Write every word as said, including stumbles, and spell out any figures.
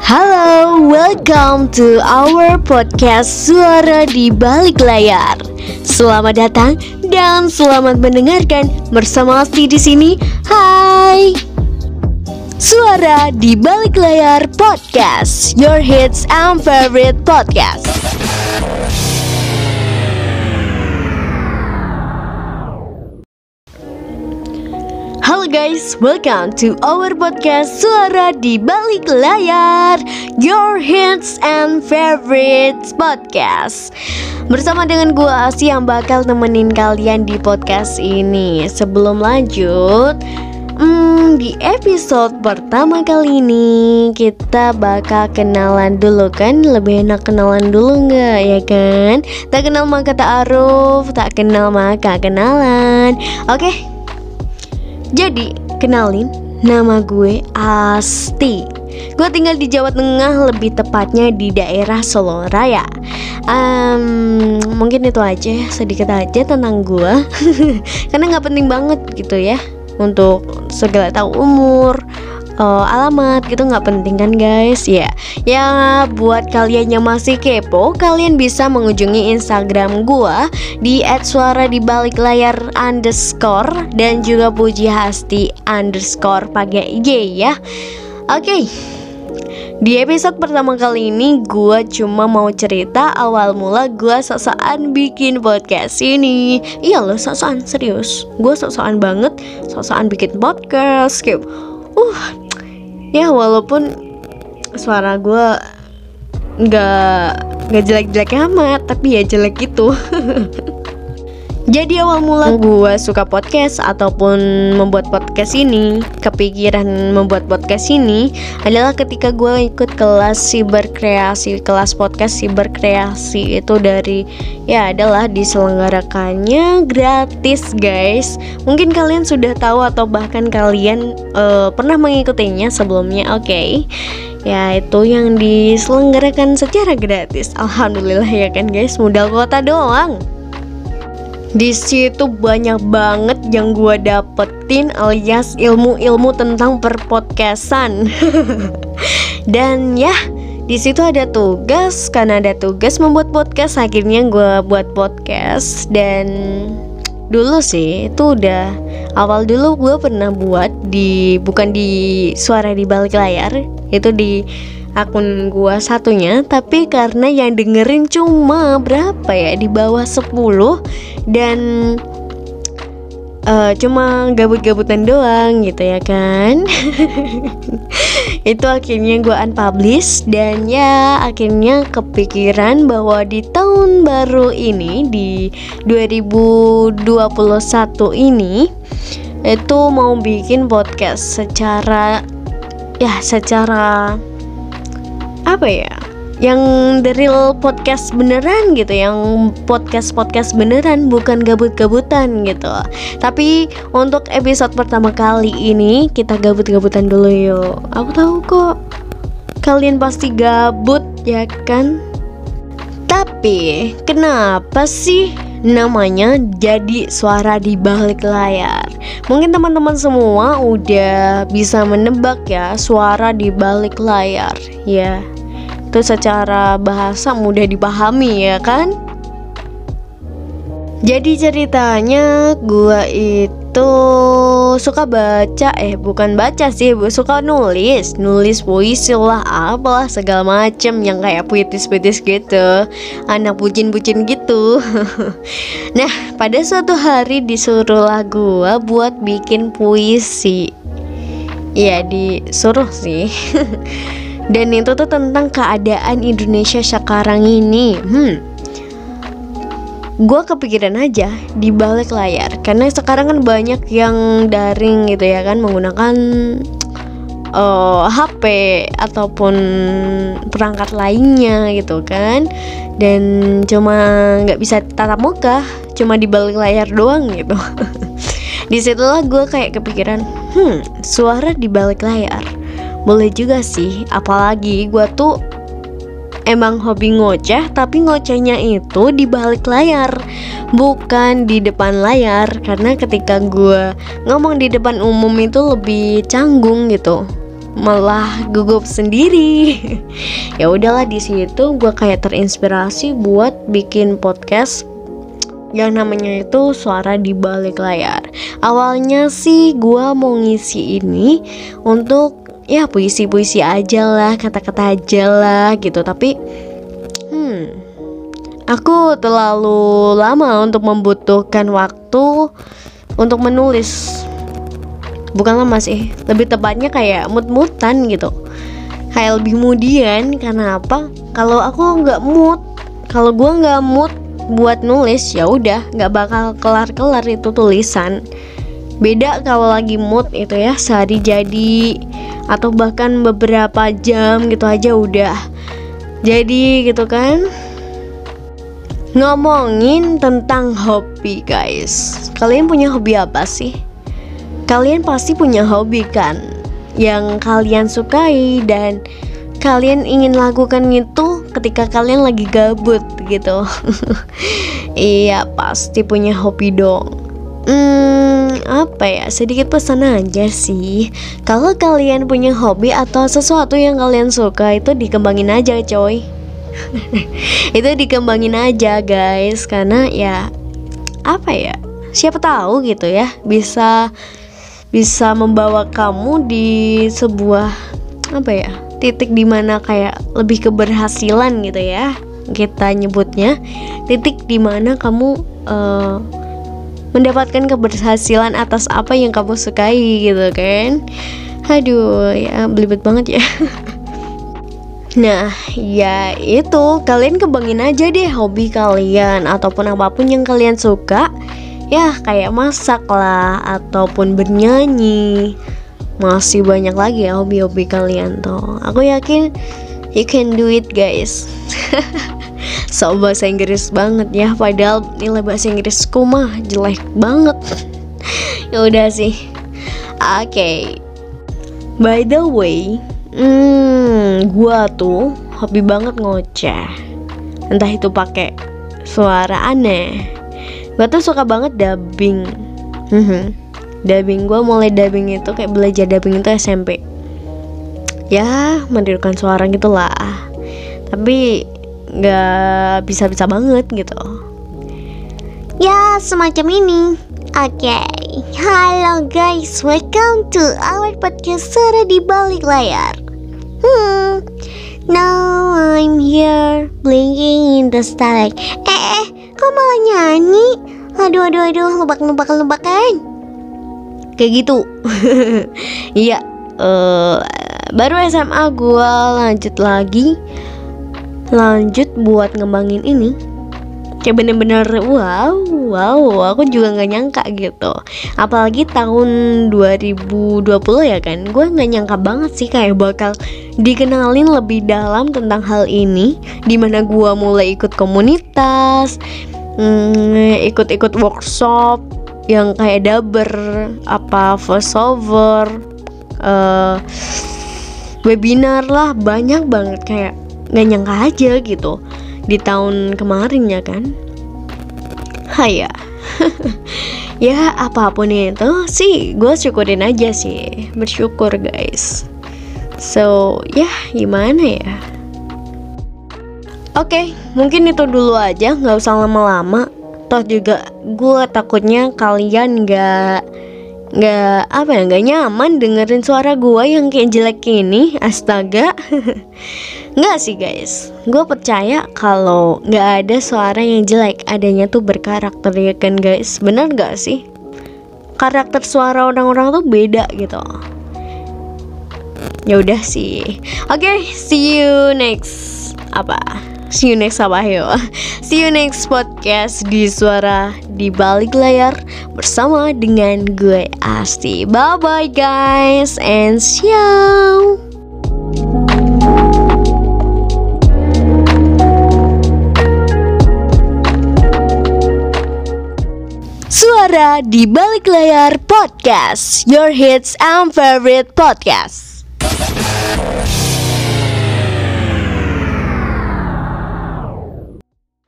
Halo, welcome to our podcast Suara di Balik Layar. Selamat datang dan selamat mendengarkan bersama Asti di sini. Hai. Suara di Balik Layar Podcast, your hits and favorite podcast. Halo guys, welcome to our podcast Suara di Balik Layar, your hits and favorites podcast. Bersama dengan gue Asi yang bakal nemenin kalian di podcast ini. Sebelum lanjut, hmm, di episode pertama kali ini kita bakal kenalan dulu kan. Lebih enak kenalan dulu gak ya kan? Tak kenal maka ta'aruf, tak kenal maka kenalan. Oke, jadi, kenalin, nama gue Asti. Gue tinggal di Jawa Tengah, lebih tepatnya di daerah Solo Raya. um, Mungkin itu aja, sedikit aja tentang gue. Karena gak penting banget gitu ya untuk segala tahu umur, uh, alamat gitu nggak penting kan guys ya. Ya buat kalian yang masih kepo, kalian bisa mengunjungi Instagram gua di et suara di balik layar underscore dan juga puji hasti underscore pakai Y ya. Oke, okay. Di episode pertama kali ini gue cuma mau cerita awal mula gue sok-sokan bikin podcast ini. Iya loh, sok-sokan, serius. Gue sok-sokan banget, sok-sokan bikin podcast kayak Uh, ya walaupun suara gue Gak, gak jelek-jelek amat, tapi ya jelek gitu. Jadi awal mula gue suka podcast ataupun membuat podcast ini, kepikiran membuat podcast ini adalah ketika gue ikut kelas siberkreasi, kelas podcast siberkreasi itu dari, ya adalah diselenggarakannya gratis guys. Mungkin kalian sudah tahu atau bahkan kalian uh, pernah mengikutinya sebelumnya, oke okay. Ya itu yang diselenggarakan secara gratis. Alhamdulillah ya kan guys, modal kuota doang. Di situ banyak banget yang gue dapetin alias ilmu-ilmu tentang perpodcastan. Dan ya, di situ ada tugas, karena ada tugas membuat podcast, akhirnya gue buat podcast. Dan dulu sih itu udah awal dulu gue pernah buat di bukan di Suara di Balik Layar, itu di akun gua satunya, tapi karena yang dengerin cuma berapa ya, di bawah sepuluh dan uh, cuma gabut-gabutan doang gitu ya kan. Itu akhirnya gua unpublish. Dan ya akhirnya kepikiran bahwa di tahun baru ini, di dua ribu dua puluh satu ini, itu mau bikin podcast secara ya secara apa ya, yang the real podcast beneran gitu, yang podcast-podcast beneran, bukan gabut-gabutan gitu. Tapi untuk episode pertama kali ini kita gabut-gabutan dulu yuk. Aku tahu kok kalian pasti gabut ya kan. Tapi kenapa sih namanya jadi Suara di Balik Layar? Mungkin teman-teman semua udah bisa menebak ya, suara di balik layar. Ya, itu secara bahasa mudah dipahami ya kan. Jadi ceritanya gue itu suka baca, eh bukan baca sih, suka nulis Nulis puisi lah, apalah segala macem yang kayak puitis-puitis gitu, anak bucin-bucin gitu. Nah pada suatu hari disuruhlah gue buat bikin puisi. Ya disuruh sih. Dan itu tuh tentang keadaan Indonesia sekarang ini. Hmm Gue kepikiran aja di balik layar, karena sekarang kan banyak yang daring gitu ya kan, menggunakan uh, H P ataupun perangkat lainnya gitu kan, dan cuma nggak bisa tatap muka, cuma di balik layar doang gitu. Disitulah gue kayak kepikiran, hmm suara di balik layar boleh juga sih. Apalagi gue tuh emang hobi ngoceh, tapi ngocehnya itu di balik layar, bukan di depan layar. Karena ketika gue ngomong di depan umum itu lebih canggung gitu. malah gugup sendiri. Ya udahlah, di situ gue kayak terinspirasi buat bikin podcast yang namanya itu Suara di Balik Layar. Awalnya sih gue mau ngisi ini untuk ya puisi-puisi aja lah, kata-kata aja lah gitu. Tapi hmm aku terlalu lama untuk membutuhkan waktu untuk menulis. Bukan lama sih, lebih tepatnya kayak mut-mutan gitu. Kayak lebih kemudian. Karena apa? Kalau aku nggak mood, kalau gue nggak mood buat nulis, ya udah nggak bakal kelar-kelar itu tulisan. Beda kalau lagi mood itu ya, sehari jadi, atau bahkan beberapa jam gitu aja udah jadi gitu kan. Ngomongin tentang hobi guys, kalian punya hobi apa sih? Kalian pasti punya hobi kan, yang kalian sukai dan kalian ingin lakukan itu ketika kalian lagi gabut gitu. Iya, pasti punya hobi dong. Hmm, apa ya, sedikit pesan aja sih. Kalau kalian punya hobi atau sesuatu yang kalian suka, itu dikembangin aja coy. Itu dikembangin aja guys. Karena ya, apa ya, siapa tahu gitu ya, bisa bisa membawa kamu di sebuah apa ya, titik dimana kayak lebih keberhasilan gitu ya, kita nyebutnya titik dimana kamu uh, mendapatkan keberhasilan atas apa yang kamu sukai gitu kan. Aduh ya, belibet banget ya. Nah ya itu, kalian kembangin aja deh hobi kalian ataupun apapun yang kalian suka. Ya kayak masak lah, ataupun bernyanyi. Masih banyak lagi ya hobi-hobi kalian tuh. Aku yakin you can do it guys. So bahasa Inggris banget ya, padahal nilai bahasa Inggrisku mah jelek banget. Ya udah sih. Oke okay. By the way, hmm, gua tuh hobi banget ngoceh. Entah itu pakai suara aneh. Gue tuh suka banget dubbing. hmm. Dubbing, gue mulai dubbing itu kayak belajar dubbing itu S M P. Ya menirukan suara gitu lah, tapi gak bisa-bisa banget gitu. Ya semacam ini. Oke okay. Halo guys, welcome to our podcast Suara di Balik Layar. Hmm Now I'm here blinking in the starlight. Eh eh kok malah nyanyi? Aduh aduh aduh, lubak-lubak lubakan. Kayak gitu. Iya, uh, baru S M A gue lanjut lagi, lanjut buat ngembangin ini. Kayak bener-bener wow, wow, aku juga gak nyangka gitu. Apalagi tahun dua ribu dua puluh ya kan, gue gak nyangka banget sih kayak bakal dikenalin lebih dalam tentang hal ini. Dimana gue mulai ikut komunitas, hmm, ikut-ikut workshop yang kayak dubber, apa voiceover, uh, webinar lah, banyak banget. Kayak gak nyangka aja gitu di tahun kemarin ya kan. Haya. Ya apapun itu sih, gue syukurin aja sih, bersyukur guys. So ya gimana ya. Oke okay, mungkin itu dulu aja, gak usah lama-lama. Toh juga gue takutnya kalian gak Gak apa ya, gak nyaman dengerin suara gue yang kayak jelek ini. Astaga. Nggak sih guys, gue percaya kalau gak ada suara yang jelek, adanya tuh berkarakter ya kan guys. Bener gak sih? Karakter suara orang-orang tuh beda gitu. Ya udah sih. Oke, okay, see you next apa? See you next apa yuk? See you next podcast di Suara di Balik Layar bersama dengan gue Asti. Bye bye guys and ciao. Suara di Balik Layar Podcast, your hits and favorite podcast.